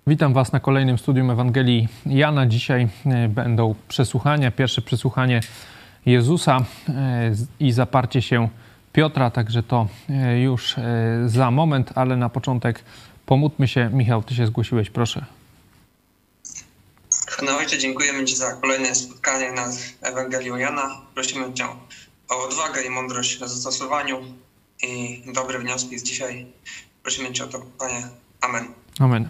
Witam Was na kolejnym studium Ewangelii Jana. Dzisiaj będą przesłuchania. Pierwsze przesłuchanie Jezusa i zaparcie się Piotra, także to już za moment, ale na początek pomódlmy się. Michał, Ty się zgłosiłeś, proszę. Panie Ojcze, dziękujemy Ci za kolejne spotkanie nad Ewangelią Jana. Prosimy Cię o odwagę i mądrość w zastosowaniu i dobre wnioski z dzisiaj. Prosimy Cię o to, Panie. Amen. Amen.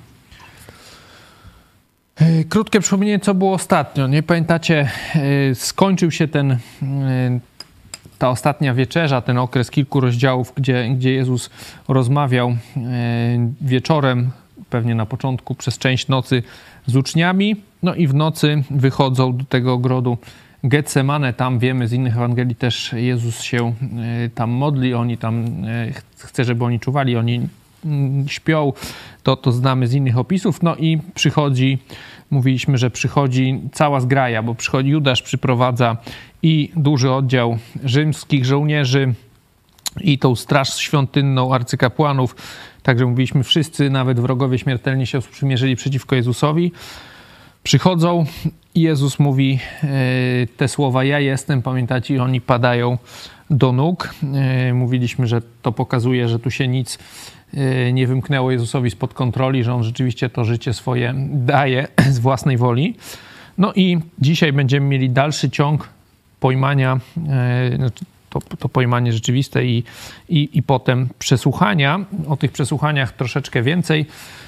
Krótkie przypomnienie, co było ostatnio. Nie pamiętacie, skończył się ta ostatnia wieczerza, ten okres kilku rozdziałów, gdzie Jezus rozmawiał wieczorem, pewnie na początku, przez część nocy z uczniami. No i w nocy wychodzą do tego ogrodu Getsemane. Tam wiemy z innych Ewangelii też Jezus się tam modli. Oni tam chce, żeby oni czuwali, oni śpią. To znamy z innych opisów. No i mówiliśmy, że przychodzi cała zgraja, bo Judasz przyprowadza i duży oddział rzymskich żołnierzy i tą straż świątynną arcykapłanów. Także mówiliśmy, wszyscy, nawet wrogowie śmiertelni się sprzymierzyli przeciwko Jezusowi. Przychodzą i Jezus mówi te słowa: ja jestem, pamiętacie, i oni padają do nóg. Mówiliśmy, że to pokazuje, że tu się nic nie wymknęło Jezusowi spod kontroli, że On rzeczywiście to życie swoje daje z własnej woli. No i dzisiaj będziemy mieli dalszy ciąg pojmania, to pojmanie rzeczywiste i potem przesłuchania. O tych przesłuchaniach troszeczkę więcej.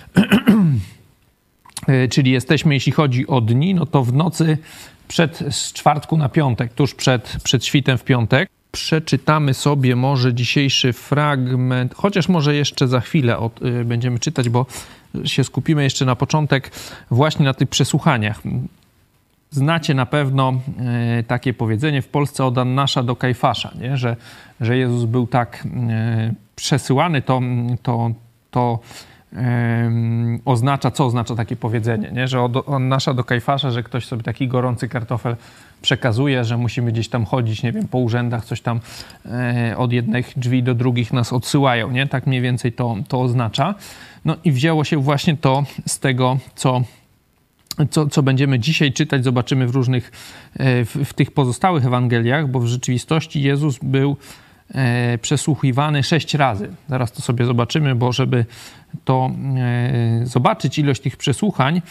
Czyli jesteśmy, jeśli chodzi o dni, no to w nocy z czwartku na piątek, tuż przed świtem w piątek. Przeczytamy sobie może dzisiejszy fragment, chociaż może jeszcze za chwilę będziemy czytać, bo się skupimy jeszcze na początek właśnie na tych przesłuchaniach. Znacie na pewno takie powiedzenie w Polsce od Annasza do Kajfasza, nie? Że Jezus był tak przesyłany, to oznacza, co oznacza takie powiedzenie, nie? Że od Annasza do Kajfasza, że ktoś sobie taki gorący kartofel przekazuje, że musimy gdzieś tam chodzić, nie wiem, po urzędach, coś tam od jednych drzwi do drugich nas odsyłają, nie? Tak mniej więcej to oznacza. No i wzięło się właśnie to z tego, co będziemy dzisiaj czytać, zobaczymy w tych pozostałych Ewangeliach, bo w rzeczywistości Jezus był przesłuchiwany 6 razy. Zaraz to sobie zobaczymy, bo żeby to zobaczyć ilość tych przesłuchań,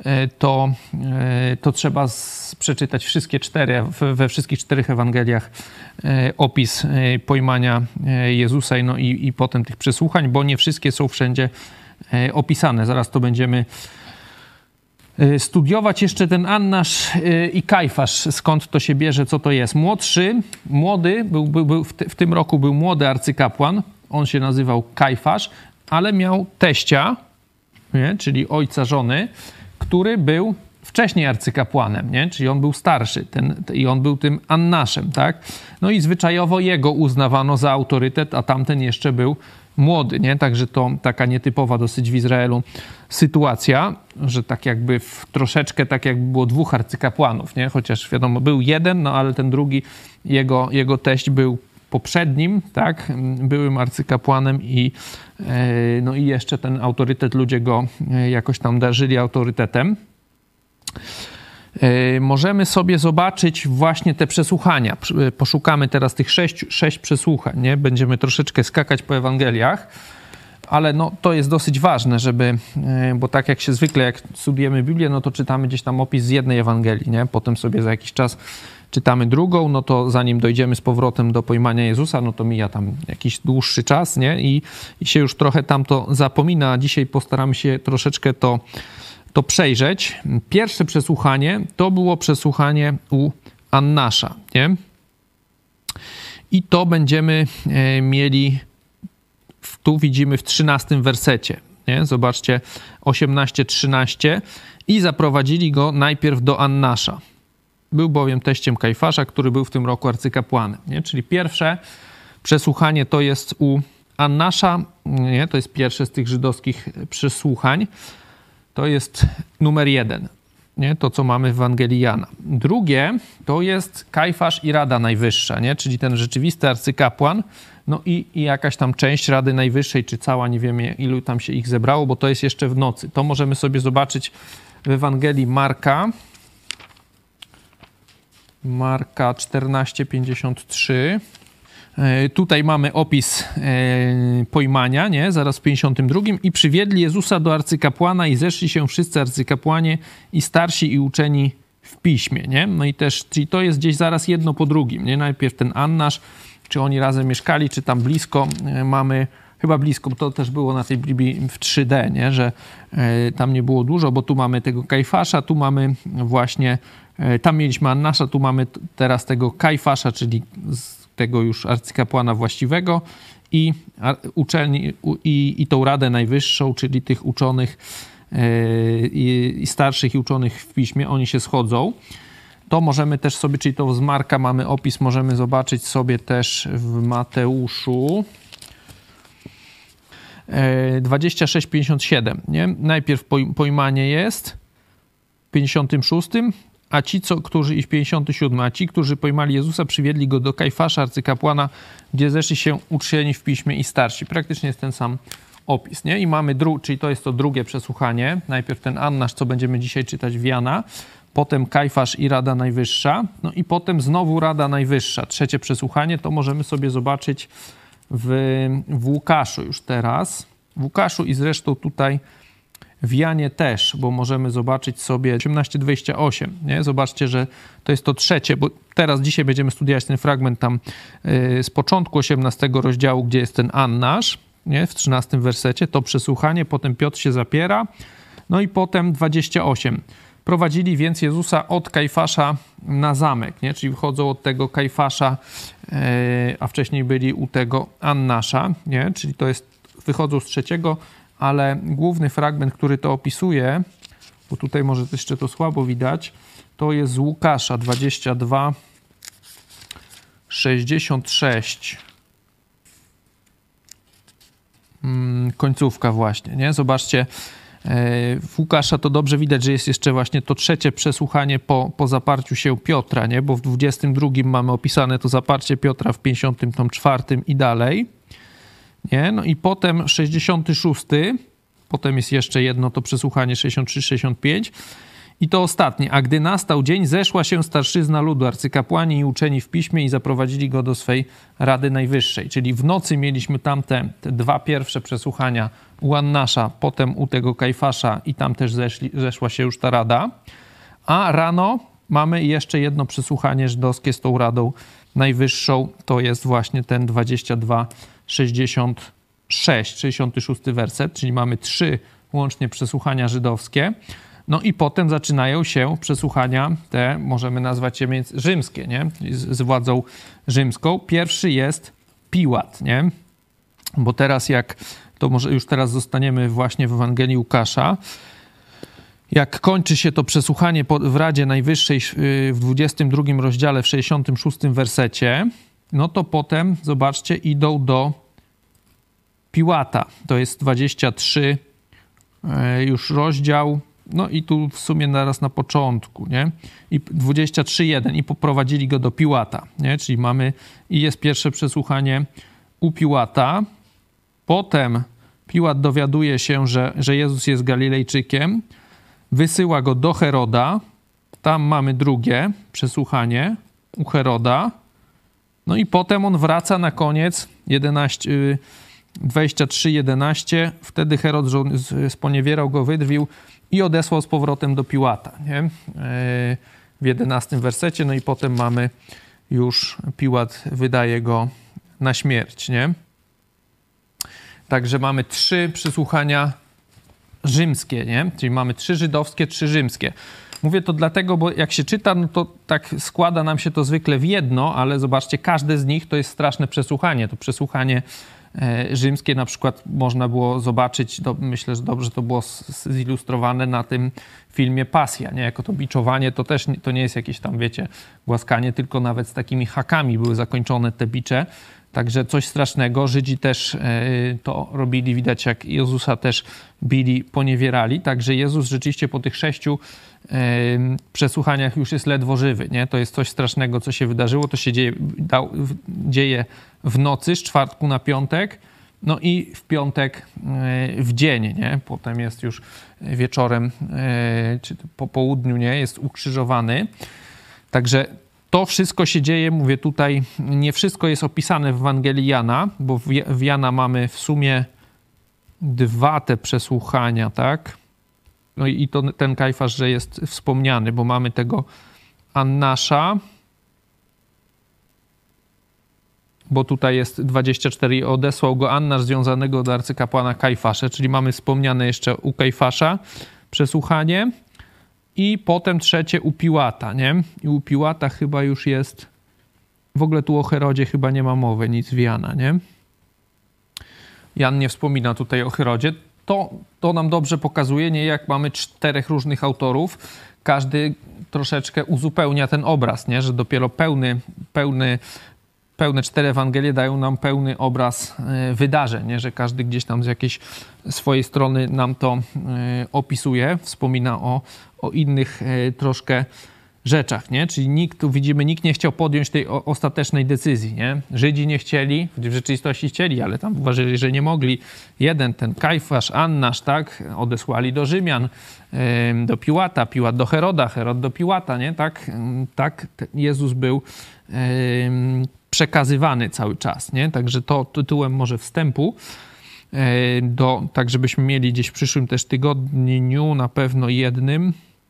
to trzeba przeczytać wszystkie 4, we wszystkich 4 Ewangeliach opis pojmania Jezusa i potem tych przesłuchań, bo nie wszystkie są wszędzie opisane. Zaraz to będziemy studiować. Jeszcze ten Annasz i Kajfasz, skąd to się bierze, co to jest. Młody, w tym roku był młody arcykapłan, on się nazywał Kajfasz, ale miał teścia, nie? Czyli ojca żony, który był wcześniej arcykapłanem, nie? Czyli on był starszy i on był tym Annaszem, tak? No i zwyczajowo jego uznawano za autorytet, a tamten jeszcze był młody, nie? Także to taka nietypowa dosyć w Izraelu sytuacja, że tak jakby troszeczkę tak jakby było 2 arcykapłanów, nie? Chociaż wiadomo, był jeden, no ale ten drugi, jego teść był poprzednim, tak? Byłym arcykapłanem i jeszcze ten autorytet, ludzie go jakoś tam darzyli autorytetem. Możemy sobie zobaczyć właśnie te przesłuchania. Poszukamy teraz tych 6 przesłuchań, nie? Będziemy troszeczkę skakać po Ewangeliach, ale no, to jest dosyć ważne, bo tak jak się zwykle, jak studiujemy Biblię, no to czytamy gdzieś tam opis z jednej Ewangelii, nie? Potem sobie za jakiś czas czytamy drugą, no to zanim dojdziemy z powrotem do pojmania Jezusa, no to mija tam jakiś dłuższy czas, nie? I się już trochę tam to zapomina, a dzisiaj postaramy się troszeczkę to przejrzeć. Pierwsze przesłuchanie to było przesłuchanie u Annasza, nie? I to będziemy mieli, tu widzimy w 13 wersecie, nie? Zobaczcie, 18-13. I zaprowadzili go najpierw do Annasza. Był bowiem teściem Kajfasza, który był w tym roku arcykapłanem, nie? Czyli pierwsze przesłuchanie to jest u Annasza, nie? To jest pierwsze z tych żydowskich przesłuchań. To jest numer 1. nie? To, co mamy w Ewangelii Jana. Drugie to jest Kajfasz i Rada Najwyższa, nie? Czyli ten rzeczywisty arcykapłan, no i jakaś tam część Rady Najwyższej, czy cała, nie wiemy ilu tam się ich zebrało, bo to jest jeszcze w nocy. To możemy sobie zobaczyć w Ewangelii Marka 14:53. Tutaj mamy opis pojmania, nie? Zaraz w 52. I przywiedli Jezusa do arcykapłana i zeszli się wszyscy arcykapłanie i starsi i uczeni w piśmie, nie? No i też, czyli to jest gdzieś zaraz jedno po drugim, nie? Najpierw ten Annasz, czy oni razem mieszkali, czy tam blisko mamy, chyba blisko, bo to też było na tej Biblii w 3D, nie? Że tam nie było dużo, bo tu mamy tego Kajfasza, tu mamy właśnie, tam mieliśmy Annasza, tu mamy teraz tego Kajfasza, czyli tego już arcykapłana właściwego i uczelni, i tą Radę Najwyższą, czyli tych uczonych i starszych i uczonych w piśmie, oni się schodzą. To możemy też sobie, czyli to z Marka mamy opis, możemy zobaczyć sobie też w Mateuszu 26:57, nie? Najpierw pojmanie jest w 56, a ci, którzy i w 57, a ci, którzy pojmali Jezusa, przywiedli go do Kajfasza, arcykapłana, gdzie zeszli się uczeni w piśmie i starsi. Praktycznie jest ten sam opis, nie? I mamy, czyli to jest to drugie przesłuchanie. Najpierw ten Annasz, co będziemy dzisiaj czytać w Jana, potem Kajfasz i Rada Najwyższa, no i potem znowu Rada Najwyższa. Trzecie przesłuchanie to możemy sobie zobaczyć w Łukaszu już teraz. W Łukaszu i zresztą tutaj w Janie też, bo możemy zobaczyć sobie 18:28, nie? Zobaczcie, że to jest to trzecie, bo teraz dzisiaj będziemy studiować ten fragment tam z początku 18 rozdziału, gdzie jest ten Annasz, nie? W 13 wersecie, to przesłuchanie, potem Piotr się zapiera, no i potem 28. Prowadzili więc Jezusa od Kajfasza na zamek, nie? Czyli wychodzą od tego Kajfasza, a wcześniej byli u tego Annasza, nie? Czyli to jest, wychodzą z trzeciego, ale główny fragment, który to opisuje, bo tutaj może jeszcze to słabo widać, to jest z Łukasza 22:66. Końcówka właśnie, nie? Zobaczcie, w Łukasza to dobrze widać, że jest jeszcze właśnie to trzecie przesłuchanie po zaparciu się Piotra, nie? Bo w 22 mamy opisane to zaparcie Piotra, w 54 i dalej. Nie? No i potem 66, potem jest jeszcze jedno to przesłuchanie 63-65 i to ostatnie. A gdy nastał dzień, zeszła się starszyzna ludu, arcykapłani i uczeni w piśmie i zaprowadzili go do swej Rady Najwyższej. Czyli w nocy mieliśmy te dwa pierwsze przesłuchania u Annasza, potem u tego Kajfasza i tam też zeszła się już ta Rada. A rano mamy jeszcze jedno przesłuchanie żydowskie z tą Radą Najwyższą. To jest właśnie ten 66 werset, czyli mamy 3 łącznie przesłuchania żydowskie. No i potem zaczynają się przesłuchania te, możemy nazwać je rzymskie, nie? Z władzą rzymską. Pierwszy jest Piłat, nie? Bo teraz to może już teraz zostaniemy właśnie w Ewangelii Łukasza. Jak kończy się to przesłuchanie w Radzie Najwyższej w 22 rozdziale, w 66 wersecie, no to potem, zobaczcie, idą do Piłata. To jest 23 już rozdział, no i tu w sumie naraz na początku, nie? I 23:1 i poprowadzili go do Piłata, nie? Czyli mamy, i jest pierwsze przesłuchanie u Piłata. Potem Piłat dowiaduje się, że Jezus jest Galilejczykiem, wysyła go do Heroda, tam mamy drugie przesłuchanie u Heroda, no i potem on wraca na koniec 23:11, wtedy Herod sponiewierał go, wydwił i odesłał z powrotem do Piłata, nie? W 11 wersecie, no i potem mamy już Piłat wydaje go na śmierć, nie? Także mamy 3 przesłuchania rzymskie, nie? Czyli mamy 3 żydowskie, 3 rzymskie. Mówię to dlatego, bo jak się czyta, no to tak składa nam się to zwykle w jedno, ale zobaczcie, każde z nich to jest straszne przesłuchanie. To przesłuchanie rzymskie na przykład można było zobaczyć, myślę, że dobrze to było zilustrowane na tym filmie Pasja, nie? Jako to biczowanie, to też to nie jest jakieś tam, wiecie, głaskanie, tylko nawet z takimi hakami były zakończone te bicze. Także coś strasznego. Żydzi też to robili. Widać, jak Jezusa też bili, poniewierali. Także Jezus rzeczywiście po tych 6 przesłuchaniach już jest ledwo żywy. Nie? To jest coś strasznego, co się wydarzyło. To się dzieje w nocy z czwartku na piątek. No i w piątek w dzień, nie? Potem jest już wieczorem, czy po południu, nie? Jest ukrzyżowany. Także to wszystko się dzieje, mówię tutaj, nie wszystko jest opisane w Ewangelii Jana, bo w Jana mamy w sumie 2 te przesłuchania, tak? No i to ten Kajfasz, że jest wspomniany, bo mamy tego Annasza, bo tutaj jest 24, odesłał go Annasz związanego do arcykapłana Kajfasza, czyli mamy wspomniane jeszcze u Kajfasza przesłuchanie i potem 3 u Piłata, nie? I u Piłata chyba już jest, w ogóle tu o Herodzie chyba nie ma mowy, nic w Jana, nie? Jan nie wspomina tutaj o Herodzie. To nam dobrze pokazuje, nie? Jak mamy 4 różnych autorów, każdy troszeczkę uzupełnia ten obraz, nie? Że dopiero pełne 4 Ewangelie dają nam pełny obraz wydarzeń, nie? Że każdy gdzieś tam z jakiejś swojej strony nam to opisuje, wspomina o innych troszkę rzeczach, nie? Czyli nikt nie chciał podjąć tej ostatecznej decyzji, nie? Żydzi nie chcieli, w rzeczywistości chcieli, ale tam uważali, że nie mogli. Jeden, ten Kajfasz, Annasz, tak? Odesłali do Rzymian, do Piłata, Piłat do Heroda, Herod do Piłata, nie? Tak Jezus był przekazywany cały czas, nie? Także to tytułem może wstępu tak żebyśmy mieli gdzieś w przyszłym też tygodniu na pewno jednym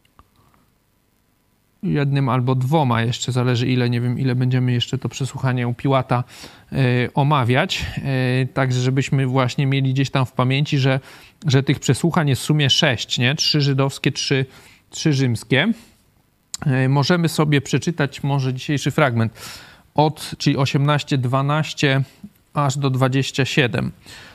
albo 2 jeszcze, zależy ile, nie wiem ile będziemy jeszcze to przesłuchanie u Piłata omawiać, także żebyśmy właśnie mieli gdzieś tam w pamięci, że tych przesłuchań jest w sumie 6, nie? 3 żydowskie, 3 rzymskie. Możemy sobie przeczytać może dzisiejszy fragment czyli 18:12 aż do 27.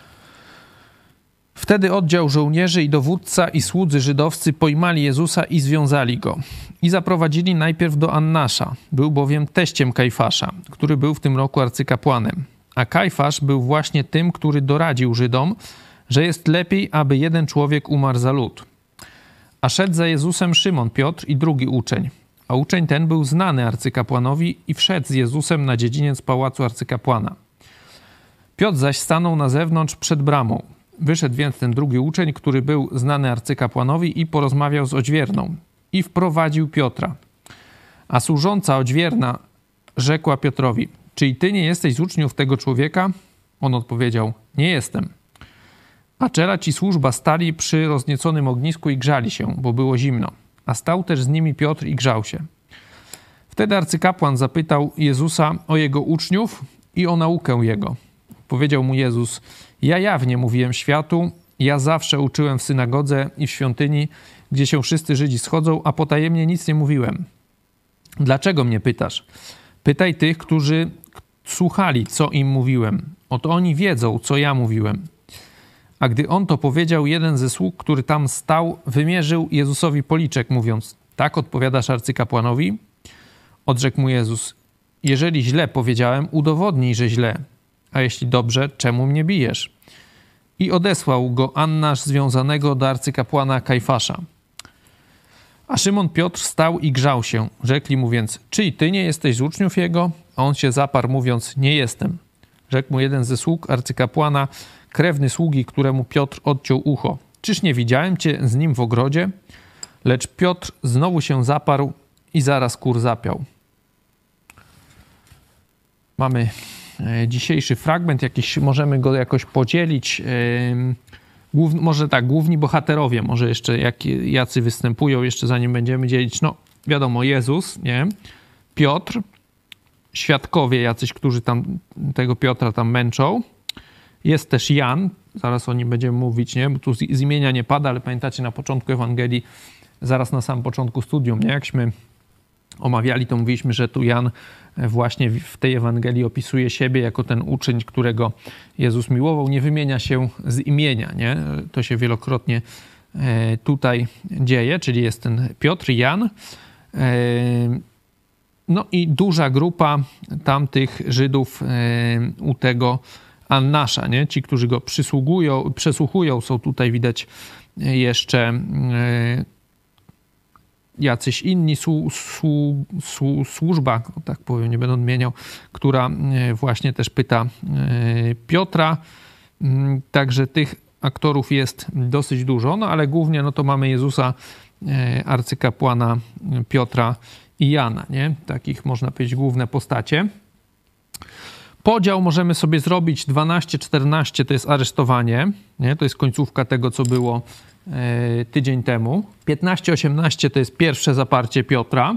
Wtedy oddział żołnierzy i dowódca i słudzy żydowscy pojmali Jezusa i związali go. I zaprowadzili najpierw do Annasza. Był bowiem teściem Kajfasza, który był w tym roku arcykapłanem. A Kajfasz był właśnie tym, który doradził Żydom, że jest lepiej, aby jeden człowiek umarł za lud. A szedł za Jezusem Szymon Piotr i drugi uczeń. A uczeń ten był znany arcykapłanowi i wszedł z Jezusem na dziedziniec pałacu arcykapłana. Piotr zaś stanął na zewnątrz przed bramą. Wyszedł więc ten drugi uczeń, który był znany arcykapłanowi i porozmawiał z odźwierną. I wprowadził Piotra. A służąca odźwierna rzekła Piotrowi: czy i ty nie jesteś z uczniów tego człowieka? On odpowiedział: nie jestem. A czelać i służba stali przy roznieconym ognisku i grzali się, bo było zimno. A stał też z nimi Piotr i grzał się. Wtedy arcykapłan zapytał Jezusa o jego uczniów i o naukę jego. Powiedział mu Jezus: ja jawnie mówiłem światu, ja zawsze uczyłem w synagodze i w świątyni, gdzie się wszyscy Żydzi schodzą, a potajemnie nic nie mówiłem. Dlaczego mnie pytasz? Pytaj tych, którzy słuchali, co im mówiłem. Oto oni wiedzą, co ja mówiłem. A gdy on to powiedział, jeden ze sług, który tam stał, wymierzył Jezusowi policzek, mówiąc: tak odpowiadasz arcykapłanowi? Odrzekł mu Jezus: jeżeli źle powiedziałem, udowodnij, że źle. A jeśli dobrze, czemu mnie bijesz? I odesłał go Annasz związanego do arcykapłana Kajfasza. A Szymon Piotr stał i grzał się. Rzekli mu więc: czy i ty nie jesteś z uczniów jego? A on się zaparł, mówiąc: nie jestem. Rzekł mu jeden ze sług arcykapłana, krewny sługi, któremu Piotr odciął ucho: czyż nie widziałem cię z nim w ogrodzie? Lecz Piotr znowu się zaparł i zaraz kur zapiał. Mamy dzisiejszy fragment, możemy go jakoś podzielić. Może tak, główni bohaterowie, może jeszcze jacy występują, jeszcze zanim będziemy dzielić. No wiadomo, Jezus, nie? Piotr, świadkowie jacyś, którzy tam tego Piotra tam męczą. Jest też Jan, zaraz o nim będziemy mówić, nie? Bo tu z imienia nie pada, ale pamiętacie na początku Ewangelii, zaraz na samym początku studium, nie? Jakśmy omawiali, to mówiliśmy, że tu Jan właśnie w tej Ewangelii opisuje siebie jako ten uczeń, którego Jezus miłował. Nie wymienia się z imienia, nie? To się wielokrotnie tutaj dzieje, czyli jest ten Piotr, Jan. No i duża grupa tamtych Żydów u tego Annasza, nie? Ci, którzy go przesłuchują, są tutaj widać jeszcze jacyś inni służba, tak powiem, nie będę odmieniał, która właśnie też pyta Piotra. Także tych aktorów jest dosyć dużo, no ale głównie no to mamy Jezusa, arcykapłana Piotra i Jana, nie? Takich można powiedzieć główne postacie. Podział możemy sobie zrobić 12-14 to jest aresztowanie, nie? To jest końcówka tego, co było tydzień temu. 15-18 to jest pierwsze zaparcie Piotra.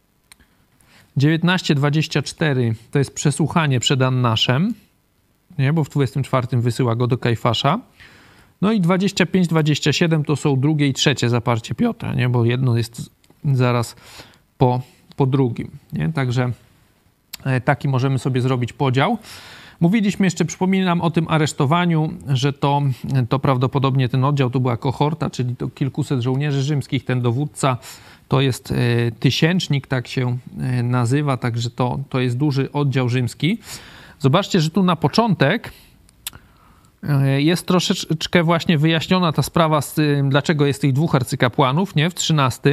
19-24 to jest przesłuchanie przed Annaszem, nie? Bo w 24 wysyła go do Kajfasza. No i 25-27 to są drugie i trzecie zaparcie Piotra, nie? Bo jedno jest zaraz po drugim, nie? Także taki możemy sobie zrobić podział. Mówiliśmy jeszcze, przypominam o tym aresztowaniu, że to prawdopodobnie ten oddział to była kohorta, czyli to kilkuset żołnierzy rzymskich. Ten dowódca to jest tysięcznik, tak się nazywa, także to jest duży oddział rzymski. Zobaczcie, że tu na początek jest troszeczkę właśnie wyjaśniona ta sprawa, dlaczego jest tych dwóch arcykapłanów, nie? W 13.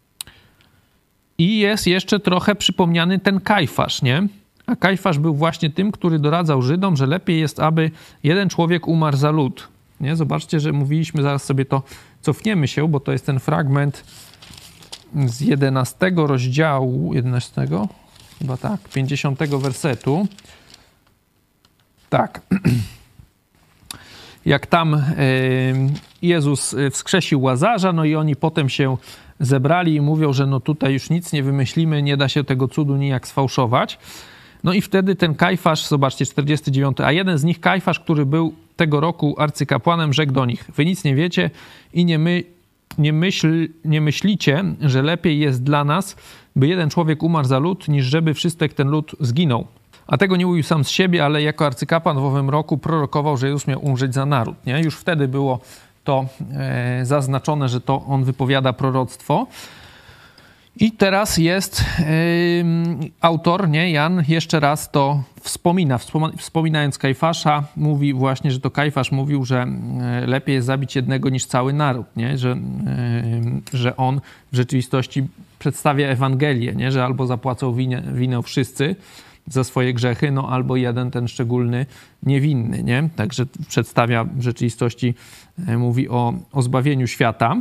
I jest jeszcze trochę przypomniany ten Kajfasz, nie? A Kajfasz był właśnie tym, który doradzał Żydom, że lepiej jest, aby jeden człowiek umarł za lud. Nie? Zobaczcie, że mówiliśmy, zaraz sobie to cofniemy się, bo to jest ten fragment z 11 rozdziału, 11? Chyba tak, 50 wersetu. Tak. Jak tam Jezus wskrzesił Łazarza, no i oni potem się zebrali i mówią, że no tutaj już nic nie wymyślimy, nie da się tego cudu nijak sfałszować. No i wtedy ten Kajfasz, zobaczcie, 49, a jeden z nich, Kajfasz, który był tego roku arcykapłanem, rzekł do nich: wy nic nie wiecie i nie myślicie, że lepiej jest dla nas, by jeden człowiek umarł za lud, niż żeby wszystek ten lud zginął. A tego nie mówił sam z siebie, ale jako arcykapłan w owym roku prorokował, że Jezus miał umrzeć za naród. Nie? Już wtedy było to zaznaczone, że to on wypowiada proroctwo. I teraz jest autor, nie, Jan, jeszcze raz to wspomina. Wspominając Kajfasza, mówi właśnie, że to Kajfasz mówił, że lepiej jest zabić jednego niż cały naród, nie? Że on w rzeczywistości przedstawia Ewangelię, nie? Że albo zapłacą winę wszyscy za swoje grzechy, no albo jeden ten szczególny niewinny, nie? Także przedstawia w rzeczywistości, mówi o zbawieniu świata.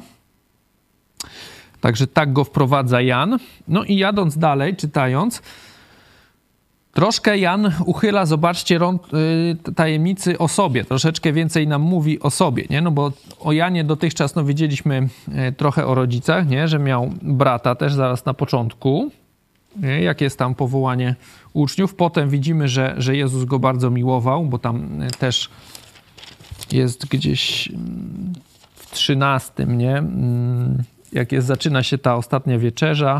Także tak go wprowadza Jan. No i jadąc dalej, czytając, troszkę Jan uchyla, zobaczcie, tajemnicy o sobie. Troszeczkę więcej nam mówi o sobie, nie? No bo o Janie dotychczas no, wiedzieliśmy trochę o rodzicach, nie? Że miał brata też zaraz na początku, nie? Jak jest tam powołanie uczniów. Potem widzimy, że Jezus go bardzo miłował, bo tam też jest gdzieś w 13, nie? Jak zaczyna się ta ostatnia wieczerza,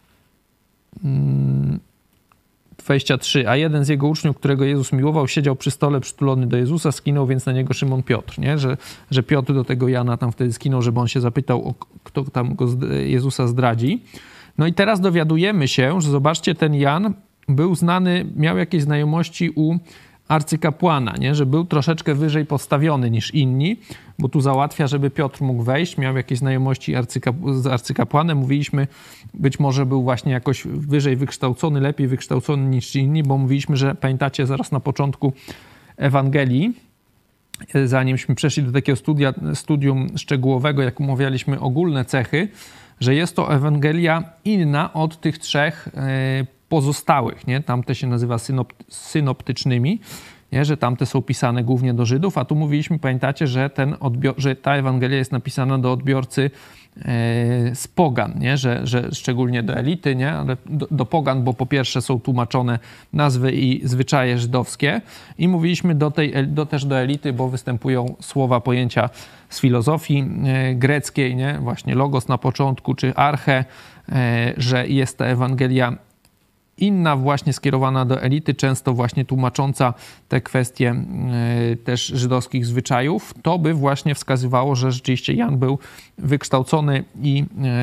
23, a jeden z jego uczniów, którego Jezus miłował, siedział przy stole przytulony do Jezusa, skinął więc na niego Szymon Piotr, nie? Że Piotr do tego Jana tam wtedy skinął, żeby on się zapytał, kto tam Jezusa zdradzi. No i teraz dowiadujemy się, że zobaczcie, ten Jan był znany, miał jakieś znajomości u arcykapłana, nie? Że był troszeczkę wyżej postawiony niż inni, bo tu załatwia, żeby Piotr mógł wejść, miał jakieś znajomości z arcykapłanem. Mówiliśmy, być może był właśnie jakoś wyżej wykształcony, lepiej wykształcony niż inni, bo mówiliśmy, że pamiętacie zaraz na początku Ewangelii, zanimśmy przeszli do takiego studium szczegółowego, jak omawialiśmy ogólne cechy, że jest to Ewangelia inna od tych trzech pozostałych, nie? Tamte się nazywa synoptycznymi, nie? Że tamte są pisane głównie do Żydów, a tu mówiliśmy, pamiętacie, że że ta Ewangelia jest napisana do odbiorcy z pogan, nie? Że szczególnie do elity, nie? Ale do pogan, bo po pierwsze są tłumaczone nazwy i zwyczaje żydowskie i mówiliśmy też do elity, bo występują słowa, pojęcia z filozofii greckiej, nie? Właśnie logos na początku, czy arche, że jest ta Ewangelia inna, właśnie skierowana do elity, często właśnie tłumacząca te kwestie też żydowskich zwyczajów, to by właśnie wskazywało, że rzeczywiście Jan był wykształcony i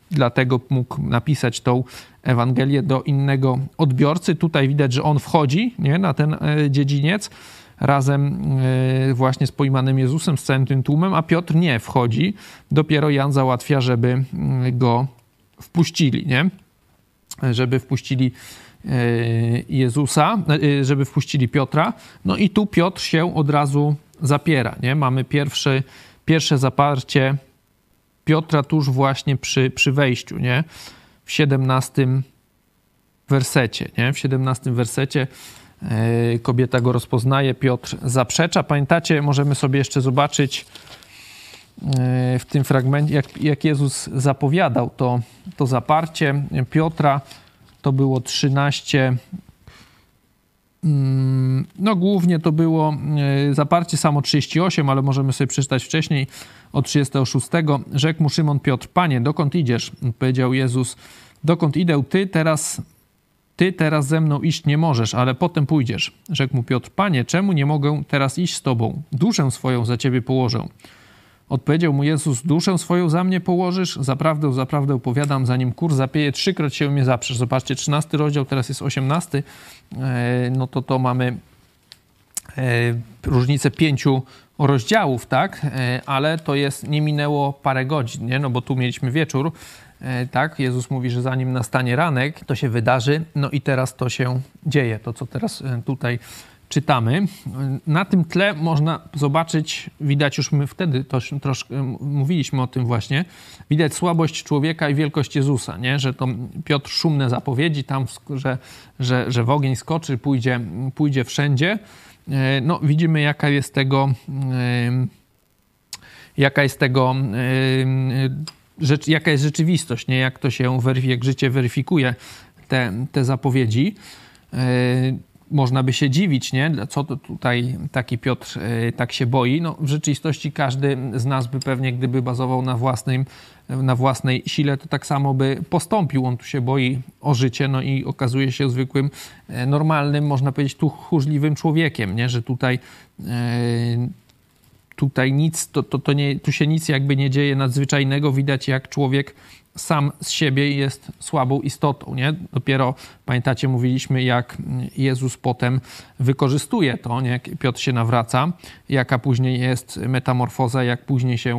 dlatego mógł napisać tą Ewangelię do innego odbiorcy. Tutaj widać, że on wchodzi, nie, na ten dziedziniec razem właśnie z pojmanym Jezusem, z całym tym tłumem, a Piotr nie wchodzi. Dopiero Jan załatwia, żeby go wpuścili, nie? Żeby wpuścili Jezusa, żeby wpuścili Piotra. No i tu Piotr się od razu zapiera, nie? Mamy pierwsze zaparcie Piotra tuż właśnie przy wejściu, nie? W 17 wersecie, nie? W 17 wersecie kobieta go rozpoznaje, Piotr zaprzecza. Pamiętacie, możemy sobie jeszcze zobaczyć w tym fragmencie, jak Jezus zapowiadał to zaparcie Piotra. To było 13, no głównie to było zaparcie samo 38, ale możemy sobie przeczytać wcześniej od 36. Rzekł mu Szymon Piotr: Panie, dokąd idziesz? Powiedział Jezus: dokąd idę, ty teraz ze mną iść nie możesz, ale potem pójdziesz. Rzekł mu Piotr: Panie, czemu nie mogę teraz iść z tobą? Duszę swoją za ciebie położę. Odpowiedział mu Jezus: duszę swoją za mnie położysz? Zaprawdę powiadam, zanim kur zapieje, 3-krotnie się mnie zaprzesz. Zobaczcie, 13 rozdział, teraz jest 18. No to mamy różnicę 5 rozdziałów, tak? Ale to jest, nie minęło parę godzin, nie? No bo tu mieliśmy wieczór, tak? Jezus mówi, że zanim nastanie ranek, to się wydarzy. No i teraz to się dzieje, to co teraz tutaj czytamy. Na tym tle można zobaczyć, widać już my wtedy troszkę mówiliśmy o tym właśnie, widać słabość człowieka i wielkość Jezusa, nie? Że to Piotr szumne zapowiedzi tam, że w ogień skoczy, pójdzie wszędzie. No widzimy jaka jest rzeczywistość, nie? Jak to się jak życie weryfikuje te zapowiedzi. Można by się dziwić, nie? Co to tutaj taki Piotr tak się boi? No, w rzeczywistości każdy z nas by pewnie, gdyby bazował na własnej sile, to tak samo by postąpił. On tu się boi o życie, no i okazuje się zwykłym, normalnym, można powiedzieć, tchórzliwym człowiekiem, nie? Że tutaj nic, tu się nic jakby nie dzieje nadzwyczajnego. Widać, jak człowiek sam z siebie jest słabą istotą, nie? Dopiero, pamiętacie, mówiliśmy, jak Jezus potem wykorzystuje to, nie? Jak Piotr się nawraca, jaka później jest metamorfoza, jak później się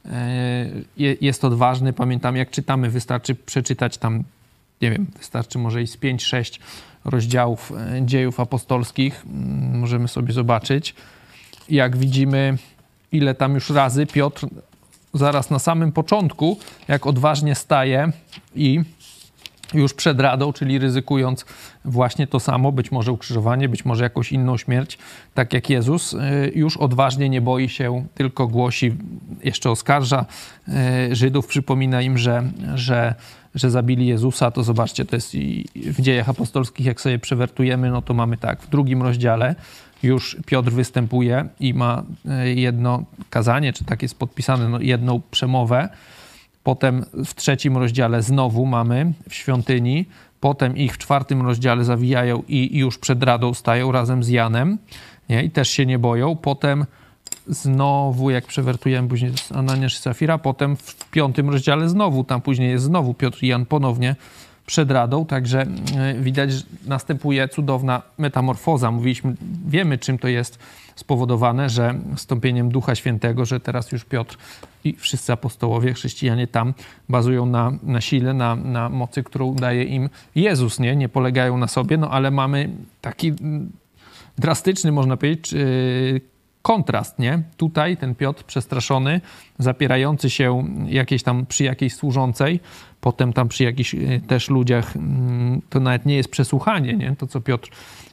jest odważny. Pamiętam, jak czytamy, wystarczy przeczytać tam, nie wiem, wystarczy może i z 5-6 rozdziałów dziejów apostolskich. Możemy sobie zobaczyć, jak widzimy, ile tam już razy Piotr zaraz na samym początku, jak odważnie staje i już przed radą, czyli ryzykując właśnie to samo, być może ukrzyżowanie, być może jakąś inną śmierć, tak jak Jezus, już odważnie nie boi się, tylko głosi, jeszcze oskarża Żydów, przypomina im, że zabili Jezusa. To zobaczcie, to jest w Dziejach Apostolskich, jak sobie przewertujemy, no to mamy tak, w 2 rozdziale już Piotr występuje i ma jedno kazanie, czy tak jest podpisane, no jedną przemowę. Potem w 3 rozdziale znowu mamy w świątyni. Potem ich w 4 rozdziale zawijają i już przed radą stają razem z Janem, nie? I też się nie boją. Potem znowu, jak przewertujemy później Ananiasz i Safira, potem w 5 rozdziale znowu, tam później jest znowu Piotr i Jan ponownie przed radą, także widać, że następuje cudowna metamorfoza. Wiemy, czym to jest spowodowane, że wstąpieniem Ducha Świętego, że teraz już Piotr i wszyscy apostołowie, chrześcijanie tam bazują na sile, na mocy, którą daje im Jezus, nie polegają na sobie, no ale mamy taki drastyczny, można powiedzieć, kontrast, nie? Tutaj ten Piotr przestraszony, zapierający się przy jakiejś służącej, potem tam przy jakichś też ludziach, to nawet nie jest przesłuchanie, nie? To, co Piotr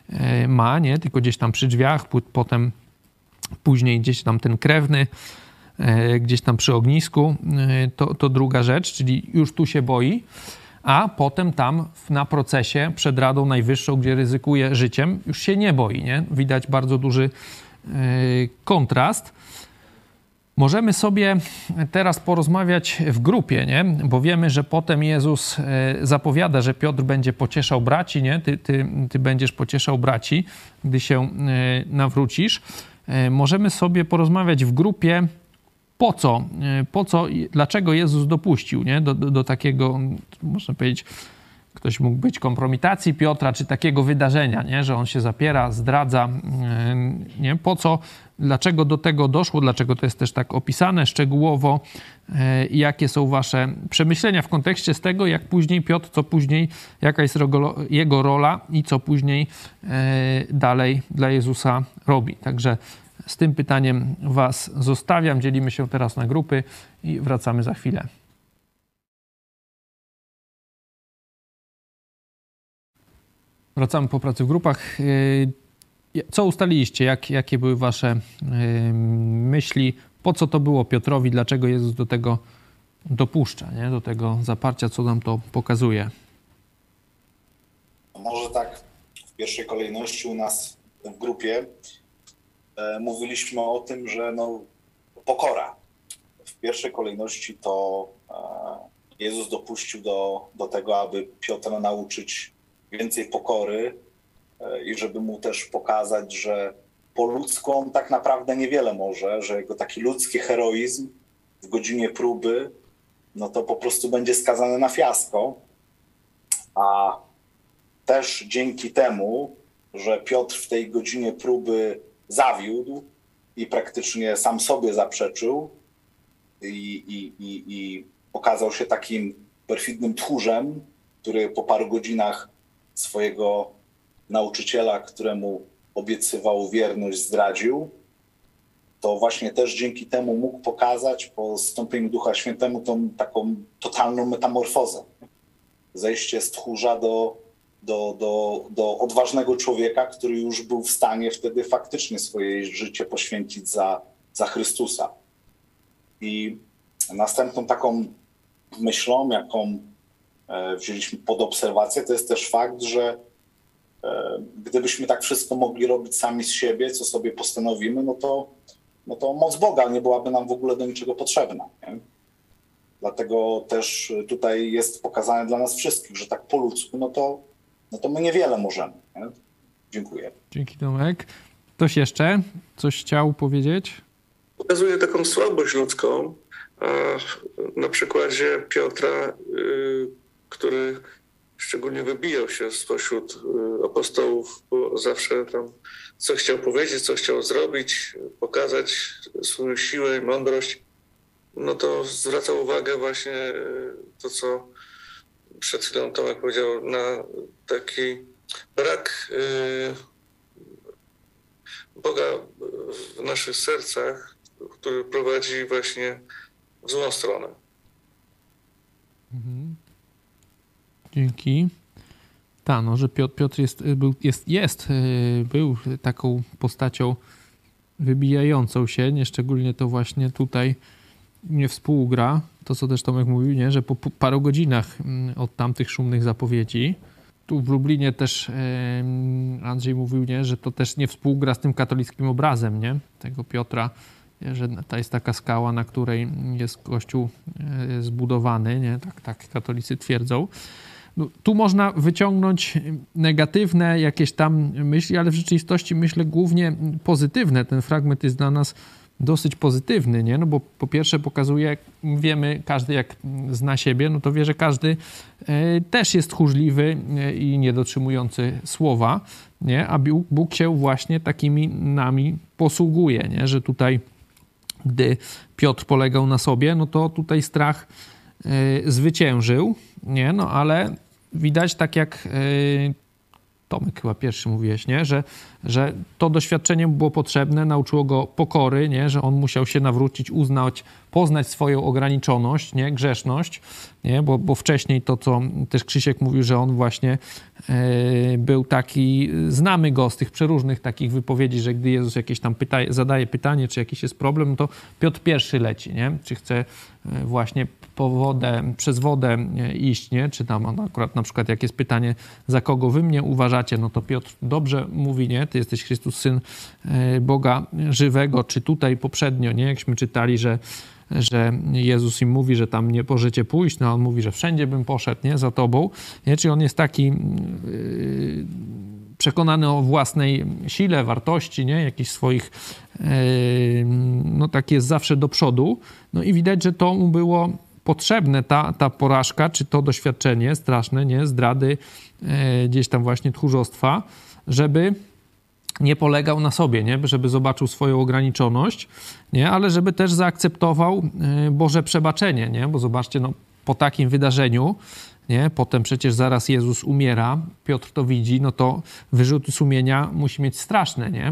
ma, nie? Tylko gdzieś tam przy drzwiach, potem później gdzieś tam ten krewny, gdzieś tam przy ognisku, to druga rzecz, czyli już tu się boi, a potem tam na procesie przed Radą Najwyższą, gdzie ryzykuje życiem, już się nie boi, nie? Widać bardzo duży kontrast. Możemy sobie teraz porozmawiać w grupie, nie? Bo wiemy, że potem Jezus zapowiada, że Piotr będzie pocieszał braci, nie? Ty będziesz pocieszał braci, gdy się nawrócisz. Możemy sobie porozmawiać w grupie dlaczego Jezus dopuścił, nie? Do takiego, można powiedzieć, ktoś mógł być kompromitacji Piotra, czy takiego wydarzenia, nie? Że on się zapiera, zdradza, nie? Dlaczego do tego doszło, dlaczego to jest też tak opisane szczegółowo i jakie są wasze przemyślenia w kontekście z tego, jak później Piotr, co później, jaka jest jego rola i co później dalej dla Jezusa robi. Także z tym pytaniem was zostawiam, dzielimy się teraz na grupy i wracamy za chwilę. Wracamy po pracy w grupach. Co ustaliliście? Jakie były wasze myśli? Po co to było Piotrowi? Dlaczego Jezus do tego dopuszcza? Nie? Do tego zaparcia, co nam to pokazuje? Może tak w pierwszej kolejności u nas w grupie mówiliśmy o tym, że pokora. W pierwszej kolejności to Jezus dopuścił do tego, aby Piotra nauczyć więcej pokory i żeby mu też pokazać, że po ludzku on tak naprawdę niewiele może, że jego taki ludzki heroizm w godzinie próby, to po prostu będzie skazany na fiasko. A też dzięki temu, że Piotr w tej godzinie próby zawiódł i praktycznie sam sobie zaprzeczył i okazał się takim perfidnym tchórzem, który po paru godzinach swojego nauczyciela, któremu obiecywał wierność, zdradził, to właśnie też dzięki temu mógł pokazać po zstąpieniu Ducha Świętego tą taką totalną metamorfozę. Zejście z tchórza do odważnego człowieka, który już był w stanie wtedy faktycznie swoje życie poświęcić za Chrystusa. I następną taką myślą, jaką wzięliśmy pod obserwację, to jest też fakt, że gdybyśmy tak wszystko mogli robić sami z siebie, co sobie postanowimy, no to moc Boga nie byłaby nam w ogóle do niczego potrzebna. Nie? Dlatego też tutaj jest pokazane dla nas wszystkich, że tak po ludzku, no to my niewiele możemy. Nie? Dziękuję. Dzięki, Tomek. Ktoś jeszcze coś chciał powiedzieć? Pokazuje taką słabość ludzką, na przykładzie Piotra, który szczególnie wybijał się spośród apostołów, bo zawsze tam co chciał powiedzieć, co chciał zrobić, pokazać swoją siłę i mądrość, to zwracał uwagę właśnie to, co przed chwilą Tomek powiedział, na taki brak Boga w naszych sercach, który prowadzi właśnie w złą stronę. Mhm. Dzięki. Że Piotr był taką postacią wybijającą się, nie szczególnie to właśnie tutaj nie współgra, to co też Tomek mówił, nie, że po paru godzinach od tamtych szumnych zapowiedzi, tu w Lublinie też Andrzej mówił, nie, że to też nie współgra z tym katolickim obrazem, nie, tego Piotra, że to jest taka skała, na której jest Kościół zbudowany, nie, tak katolicy twierdzą. Tu można wyciągnąć negatywne jakieś tam myśli, ale w rzeczywistości myślę głównie pozytywne. Ten fragment jest dla nas dosyć pozytywny, nie? Bo po pierwsze pokazuje, wiemy, każdy jak zna siebie, to wie, że każdy też jest tchórzliwy i niedotrzymujący słowa, nie? A Bóg się właśnie takimi nami posługuje, nie? Że tutaj, gdy Piotr polegał na sobie, to tutaj strach zwyciężył, nie? Ale widać, tak jak Tomek chyba pierwszy mówiłeś, nie? Że to doświadczenie było potrzebne, nauczyło go pokory, nie? Że on musiał się nawrócić, poznać swoją ograniczoność, nie? Grzeszność, nie? Bo wcześniej to, co też Krzysiek mówił, że on właśnie był taki, znamy go z tych przeróżnych takich wypowiedzi, że gdy Jezus jakieś tam zadaje pytanie, czy jakiś jest problem, to Piotr pierwszy leci, nie? Czy chce właśnie przez wodę iść, nie? Czy tam akurat na przykład jak jest pytanie, za kogo wy mnie uważacie, to Piotr dobrze mówi, nie? Ty jesteś Chrystus, Syn Boga żywego, czy tutaj poprzednio, nie? Jakśmy czytali, że Jezus im mówi, że tam nie możecie pójść, on mówi, że wszędzie bym poszedł, nie? Za tobą, nie? Czyli on jest taki przekonany o własnej sile, wartości, nie? Jakichś swoich, no tak jest zawsze do przodu. No i widać, że to mu było potrzebne, ta porażka, czy to doświadczenie straszne, nie? Zdrady, gdzieś tam właśnie tchórzostwa, żeby nie polegał na sobie, nie? Żeby zobaczył swoją ograniczoność, nie? Ale żeby też zaakceptował Boże przebaczenie, nie? Bo zobaczcie, no, po takim wydarzeniu, nie? Potem przecież zaraz Jezus umiera, Piotr to widzi, no to wyrzuty sumienia musi mieć straszne, nie?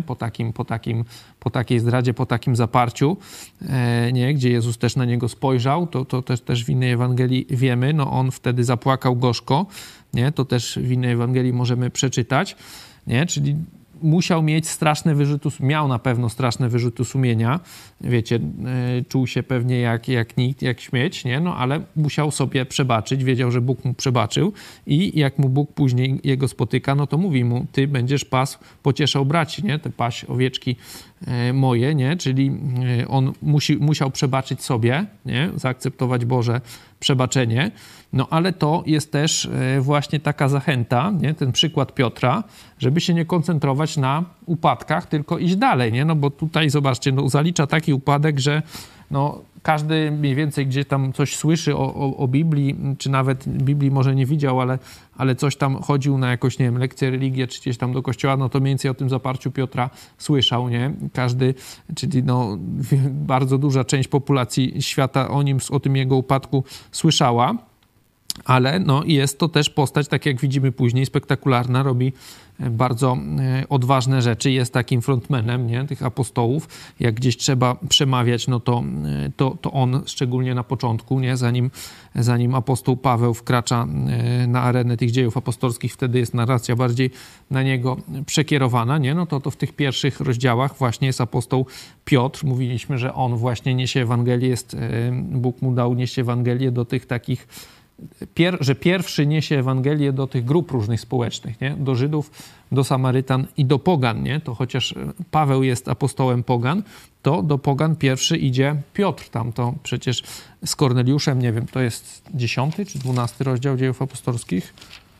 Po takiej zdradzie, po takim zaparciu, nie? Gdzie Jezus też na niego spojrzał, to też w innej Ewangelii wiemy, no on wtedy zapłakał gorzko, nie? To też w innej Ewangelii możemy przeczytać, nie? Czyli musiał mieć miał na pewno straszne wyrzuty sumienia, wiecie, czuł się pewnie jak nikt, jak śmieć, nie? No ale musiał sobie przebaczyć, wiedział, że Bóg mu przebaczył i jak mu Bóg później jego spotyka, no to mówi mu, ty będziesz pocieszał braci, nie? Te paś owieczki moje, nie? Czyli on musiał przebaczyć sobie, nie? Zaakceptować Boże przebaczenie, no ale to jest też właśnie taka zachęta, nie? Ten przykład Piotra, żeby się nie koncentrować na upadkach, tylko iść dalej, nie? No bo tutaj zobaczcie, no zalicza taki upadek, że no każdy mniej więcej gdzieś tam coś słyszy o Biblii, czy nawet Biblii może nie widział, ale coś tam chodził na jakąś, nie wiem, lekcję religii, czy gdzieś tam do kościoła, no to mniej więcej o tym zaparciu Piotra słyszał, nie? Każdy, czyli no bardzo duża część populacji świata o tym jego upadku słyszała, ale no jest to też postać, tak jak widzimy później, spektakularna, robi bardzo odważne rzeczy, jest takim frontmanem, nie? Tych apostołów. Jak gdzieś trzeba przemawiać, no to on, szczególnie na początku, nie? Zanim apostoł Paweł wkracza na arenę tych dziejów apostolskich, wtedy jest narracja bardziej na niego przekierowana, nie? No to w tych pierwszych rozdziałach właśnie jest apostoł Piotr. Mówiliśmy, że on właśnie niesie Ewangelię, Bóg mu dał nieść Ewangelię do tych takich, że pierwszy niesie Ewangelię do tych grup różnych społecznych, nie? Do Żydów, do Samarytan i do pogan, nie? To chociaż Paweł jest apostołem pogan, to do pogan pierwszy idzie Piotr. Tam to przecież z Korneliuszem, nie wiem, to jest 10 czy 12 rozdział Dziejów Apostolskich.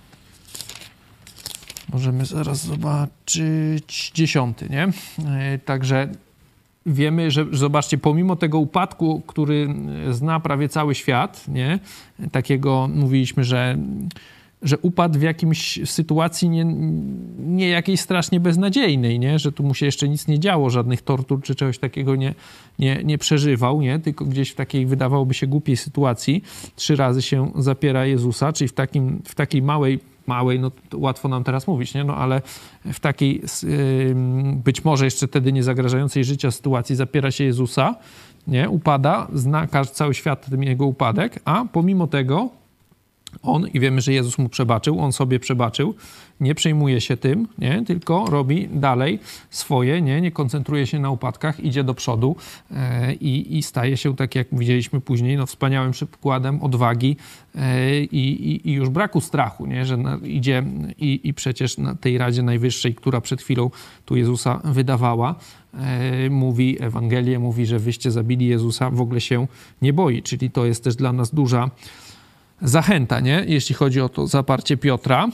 Możemy zaraz zobaczyć 10, nie? Także wiemy, że zobaczcie, pomimo tego upadku, który zna prawie cały świat, nie? Takiego mówiliśmy, że upadł w jakimś sytuacji nie jakiejś strasznie beznadziejnej, nie? Że tu mu się jeszcze nic nie działo, żadnych tortur czy czegoś takiego nie przeżywał, nie? Tylko gdzieś w takiej, wydawałoby się, głupiej sytuacji 3 razy się zapiera Jezusa, czyli w takiej małej, no to łatwo nam teraz mówić, nie? No ale w takiej być może jeszcze wtedy nie zagrażającej życia sytuacji zapiera się Jezusa, nie? Upada, zna cały świat ten jego upadek, a pomimo tego on, i wiemy, że Jezus mu przebaczył, on sobie przebaczył, nie przejmuje się tym, nie? Tylko robi dalej swoje, nie koncentruje się na upadkach, idzie do przodu i staje się, tak jak widzieliśmy później, no wspaniałym przykładem odwagi i już braku strachu, nie? Że idzie i przecież na tej Radzie Najwyższej, która przed chwilą tu Jezusa wydawała, mówi Ewangelię, mówi, że wyście zabili Jezusa, w ogóle się nie boi, czyli to jest też dla nas duża zachęta, nie? Jeśli chodzi o to zaparcie Piotra.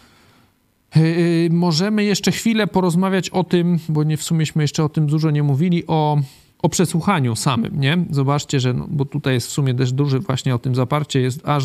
Możemy jeszcze chwilę porozmawiać o tym, bo w sumieśmy jeszcze o tym dużo nie mówili, o przesłuchaniu samym, nie? Zobaczcie, że, bo tutaj jest w sumie też duży właśnie o tym zaparcie, jest aż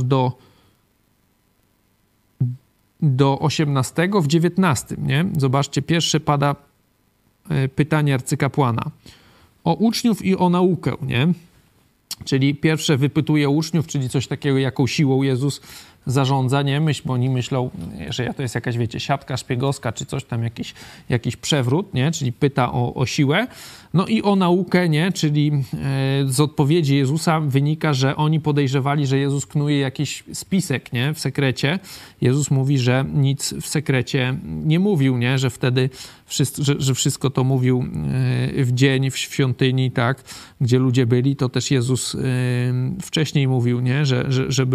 do 18 w 19, nie? Zobaczcie, pierwsze pada pytanie arcykapłana o uczniów i o naukę, nie? Czyli pierwsze wypytuje uczniów, czyli coś takiego, jaką siłą Jezus zarządza, nie? Bo oni myślą, że to jest jakaś, wiecie, siatka szpiegowska, czy coś tam, jakiś przewrót, nie? Czyli pyta o siłę. No i o naukę, nie? Czyli z odpowiedzi Jezusa wynika, że oni podejrzewali, że Jezus knuje jakiś spisek, nie? W sekrecie. Jezus mówi, że nic w sekrecie nie mówił, nie? Że wtedy że wszystko to mówił w dzień, w świątyni, tak? Gdzie ludzie byli. To też Jezus wcześniej mówił, nie? Że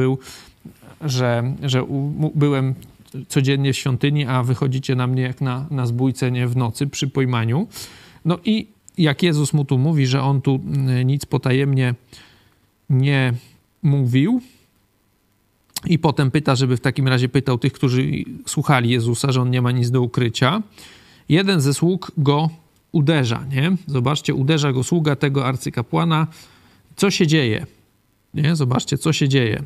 byłem codziennie w świątyni, a wychodzicie na mnie jak na zbójcę, nie? W nocy przy pojmaniu. No i jak Jezus mu tu mówi, że on tu nic potajemnie nie mówił, I potem pyta, żeby w takim razie pytał tych, którzy słuchali Jezusa, że on nie ma nic do ukrycia. Jeden ze sług go uderza, nie? Zobaczcie, uderza go sługa tego arcykapłana. Co się dzieje? Nie? Zobaczcie, co się dzieje.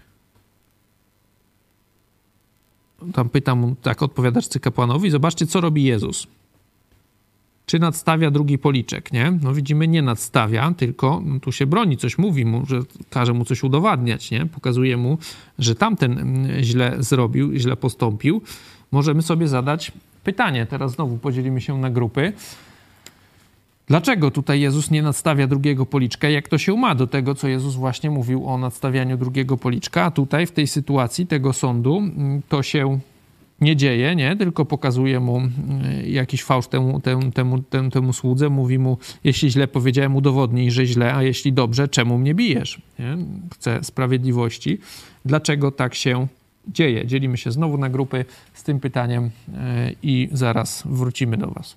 Tam pyta mu, tak odpowiada arcykapłanowi. Zobaczcie, co robi Jezus. Czy nadstawia drugi policzek, nie? No widzimy, nie nadstawia, tylko tu się broni, coś mówi mu, że każe mu coś udowadniać, nie? Pokazuje mu, że tamten źle zrobił, źle postąpił. Możemy sobie zadać pytanie. Teraz znowu podzielimy się na grupy. Dlaczego tutaj Jezus nie nadstawia drugiego policzka? Jak to się ma do tego, co Jezus właśnie mówił o nadstawianiu drugiego policzka? A tutaj w tej sytuacji tego sądu to się nie dzieje, nie? Tylko pokazuje mu jakiś fałsz temu słudze. Mówi mu, jeśli źle powiedziałem, udowodnij, że źle, a jeśli dobrze, czemu mnie bijesz? Nie? Chcę sprawiedliwości. Dlaczego tak się dzieje? Dzielimy się znowu na grupy z tym pytaniem i zaraz wrócimy do was.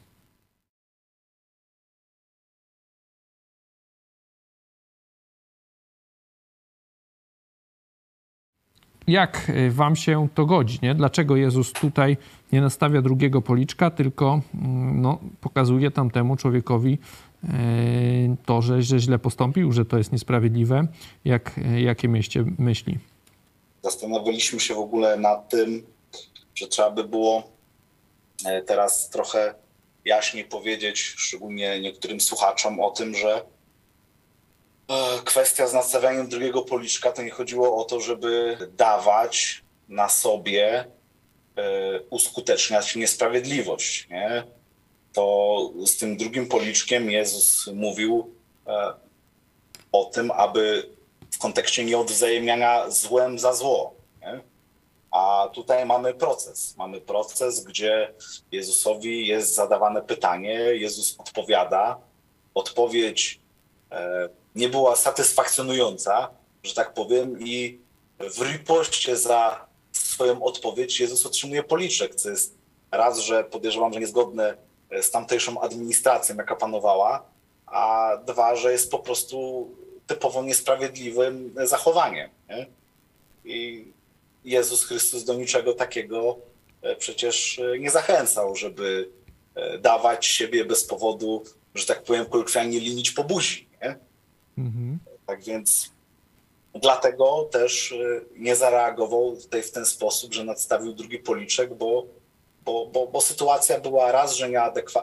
Jak wam się to godzi, nie? Dlaczego Jezus tutaj nie nastawia drugiego policzka, tylko pokazuje tamtemu człowiekowi to, że źle postąpił, że to jest niesprawiedliwe? Jakie mieście myśli? Zastanawialiśmy się w ogóle nad tym, że trzeba by było teraz trochę jaśniej powiedzieć, szczególnie niektórym słuchaczom, o tym, że kwestia z nastawianiem drugiego policzka to nie chodziło o to, żeby dawać na sobie, uskuteczniać niesprawiedliwość. Nie? To z tym drugim policzkiem Jezus mówił o tym, aby w kontekście nieodwzajemniania złem za zło. Nie? A tutaj mamy proces, gdzie Jezusowi jest zadawane pytanie, Jezus odpowiada. Odpowiedź nie była satysfakcjonująca, że tak powiem, i w ripoście za swoją odpowiedź Jezus otrzymuje policzek, co jest raz, że podejrzewam, że niezgodne z tamtejszą administracją, jaka panowała, a dwa, że jest po prostu typowo niesprawiedliwym zachowaniem. Nie? I Jezus Chrystus do niczego takiego przecież nie zachęcał, żeby dawać siebie bez powodu, że tak powiem, kolokwialnie linić po buzi. Nie? Mhm. Tak więc dlatego też nie zareagował tutaj w ten sposób, że nadstawił drugi policzek, bo sytuacja była raz, że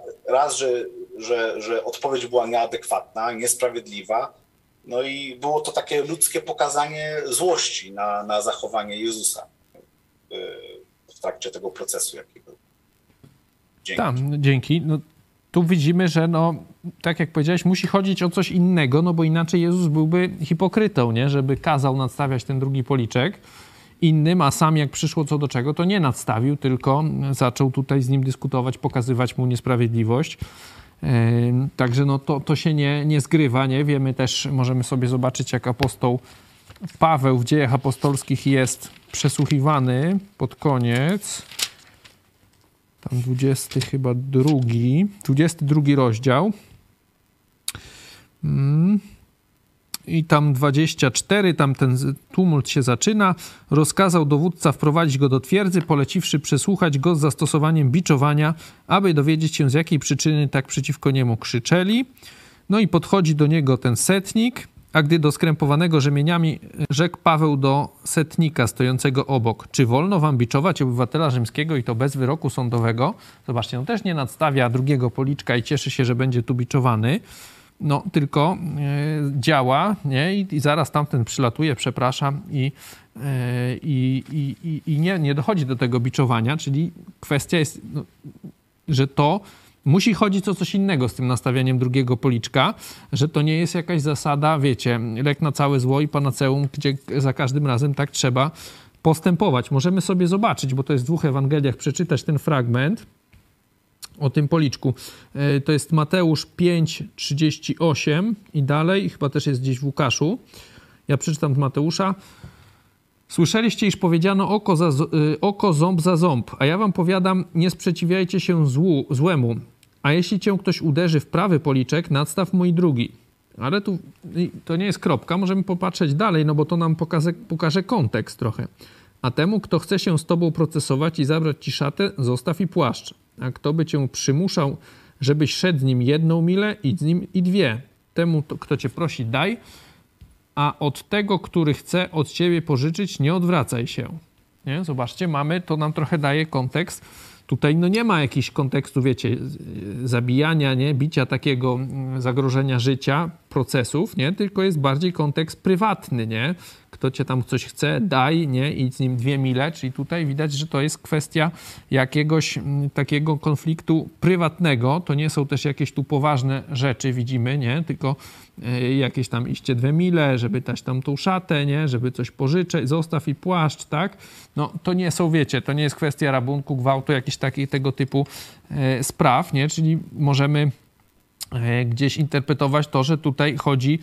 że odpowiedź była nieadekwatna, niesprawiedliwa, no i było to takie ludzkie pokazanie złości na zachowanie Jezusa w trakcie tego procesu, jaki był. Dzięki. No, tu widzimy, że tak jak powiedziałeś, musi chodzić o coś innego, bo inaczej Jezus byłby hipokrytą, nie? Żeby kazał nadstawiać ten drugi policzek innym, a sam jak przyszło co do czego, to nie nadstawił, tylko zaczął tutaj z nim dyskutować, pokazywać mu niesprawiedliwość. Także to się nie zgrywa, nie? Wiemy też, możemy sobie zobaczyć, jak apostoł Paweł w Dziejach Apostolskich jest przesłuchiwany pod koniec. Tam 22 rozdział. I tam 24, tam ten tumult się zaczyna. Rozkazał dowódca wprowadzić go do twierdzy, poleciwszy przesłuchać go z zastosowaniem biczowania, aby dowiedzieć się, z jakiej przyczyny tak przeciwko niemu krzyczeli. No i podchodzi do niego ten setnik, a gdy do skrępowanego rzemieniami rzekł Paweł do setnika stojącego obok: czy wolno wam biczować obywatela rzymskiego i to bez wyroku sądowego? Zobaczcie, on też nie nadstawia drugiego policzka i cieszy się, że będzie tu biczowany, tylko działa, nie? I zaraz tamten przylatuje, przepraszam, i nie dochodzi do tego biczowania, czyli kwestia jest, że to musi chodzić o coś innego z tym nastawianiem drugiego policzka, że to nie jest jakaś zasada, wiecie, lek na całe zło i panaceum, gdzie za każdym razem tak trzeba postępować. Możemy sobie zobaczyć, bo to jest w 2 Ewangeliach, przeczytać ten fragment o tym policzku. To jest Mateusz 5:38 i dalej, chyba też jest gdzieś w Łukaszu. Ja przeczytam z Mateusza. Słyszeliście, iż powiedziano oko, ząb za ząb, a ja wam powiadam, nie sprzeciwiajcie się złemu, a jeśli cię ktoś uderzy w prawy policzek, nadstaw mu i drugi. Ale tu to nie jest kropka, możemy popatrzeć dalej, no bo to nam pokaże kontekst trochę. A temu, kto chce się z tobą procesować i zabrać ci szatę, zostaw i płaszcz. A kto by cię przymuszał, żebyś szedł z nim 1 milę, idź z nim i 2. Temu, kto cię prosi, daj, a od tego, który chce od ciebie pożyczyć, nie odwracaj się. Nie? Zobaczcie, to nam trochę daje kontekst. Tutaj nie ma jakiegoś kontekstu, wiecie, zabijania, nie? Bicia, takiego zagrożenia życia, procesów, nie? Tylko jest bardziej kontekst prywatny, nie? Kto cię tam coś chce, daj, nie? Idź z nim 2 mile, czyli tutaj widać, że to jest kwestia jakiegoś takiego konfliktu prywatnego. To nie są też jakieś tu poważne rzeczy, widzimy, nie? Tylko jakieś tam iście 2 mile, żeby dać tam tą szatę, nie? Żeby coś pożyczyć, zostaw i płaszcz, tak? To nie są, wiecie, to nie jest kwestia rabunku, gwałtu, jakichś tego typu spraw, nie? Czyli możemy gdzieś interpretować to, że tutaj chodzi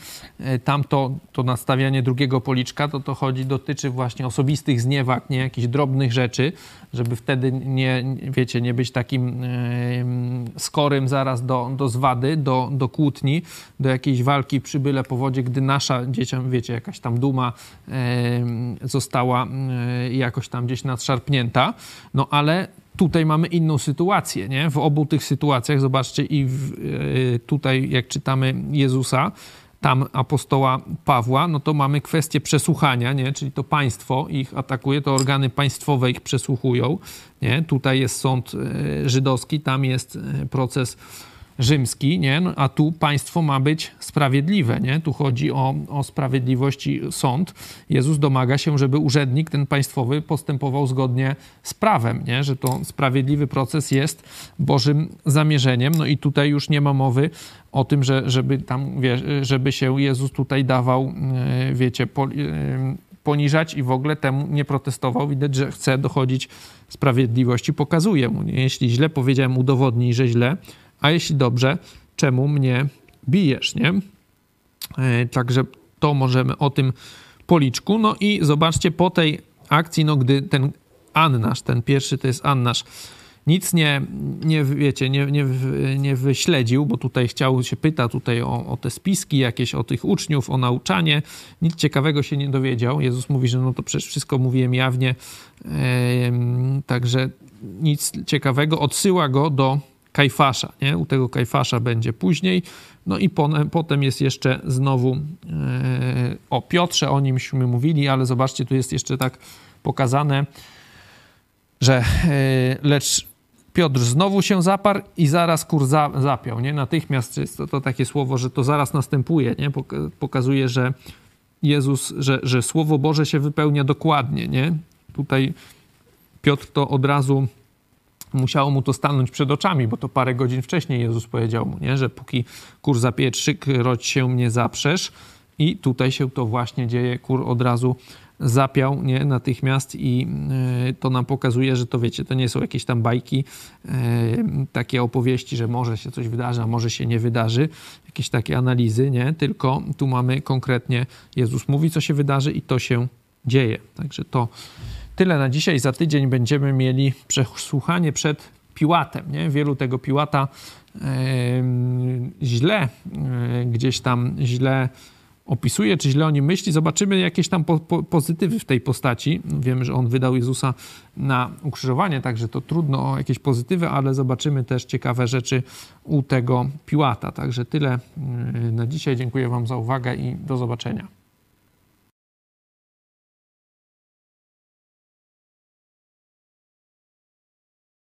to nastawianie drugiego policzka, to dotyczy właśnie osobistych zniewag, nie jakichś drobnych rzeczy, żeby wtedy nie być takim skorym zaraz do zwady, do kłótni, do jakiejś walki przy byle powodzie, gdy nasza dzieciom, wiecie, jakaś tam duma została jakoś tam gdzieś nadszarpnięta, ale tutaj mamy inną sytuację, nie? W obu tych sytuacjach, zobaczcie, tutaj jak czytamy Jezusa, tam apostoła Pawła, to mamy kwestię przesłuchania, nie? Czyli to państwo ich atakuje, to organy państwowe ich przesłuchują, nie? Tutaj jest sąd żydowski, tam jest proces rzymski, nie? A tu państwo ma być sprawiedliwe, nie? Tu chodzi o sprawiedliwość i sąd. Jezus domaga się, żeby urzędnik ten państwowy postępował zgodnie z prawem, nie? Że to sprawiedliwy proces jest Bożym zamierzeniem. I tutaj już nie ma mowy o tym, żeby się Jezus tutaj dawał, wiecie, poniżać i w ogóle temu nie protestował. Widać, że chce dochodzić sprawiedliwości. Pokazuje mu, nie? Jeśli źle powiedziałem, udowodnij, że źle, a jeśli dobrze, czemu mnie bijesz, nie? Także to możemy o tym policzku. I zobaczcie, po tej akcji, gdy ten Annasz, ten pierwszy to jest Annasz, nic nie wyśledził, bo tutaj pyta tutaj o te spiski jakieś, o tych uczniów, o nauczanie. Nic ciekawego się nie dowiedział. Jezus mówi, że to przecież wszystko mówiłem jawnie. Także nic ciekawego. Odsyła go do Kajfasza, nie? U tego Kajfasza będzie później. I potem jest jeszcze znowu o Piotrze, o nimśmy mówili, ale zobaczcie, tu jest jeszcze tak pokazane, że lecz Piotr znowu się zaparł i zaraz zapiął, nie? Natychmiast jest to takie słowo, że to zaraz następuje, nie? Pokazuje, że Jezus, że Słowo Boże się wypełnia dokładnie, nie? Tutaj Piotr to od razu musiało mu to stanąć przed oczami, bo to parę godzin wcześniej Jezus powiedział mu, nie? Że póki kur zapieje 3-kroć się mnie zaprzesz, i tutaj się to właśnie dzieje. Kur od razu zapiął, nie? Natychmiast, i to nam pokazuje, że to, wiecie, to nie są jakieś tam bajki, takie opowieści, że może się coś wydarzy, a może się nie wydarzy, jakieś takie analizy, nie? Tylko tu mamy konkretnie, Jezus mówi, co się wydarzy, i to się dzieje. Także to tyle na dzisiaj. Za tydzień będziemy mieli przesłuchanie przed Piłatem, nie? Wielu tego Piłata gdzieś tam źle opisuje, czy źle o nim myśli. Zobaczymy jakieś tam pozytywy w tej postaci. Wiemy, że on wydał Jezusa na ukrzyżowanie, także to trudno o jakieś pozytywy, ale zobaczymy też ciekawe rzeczy u tego Piłata. Także tyle na dzisiaj. Dziękuję wam za uwagę i do zobaczenia.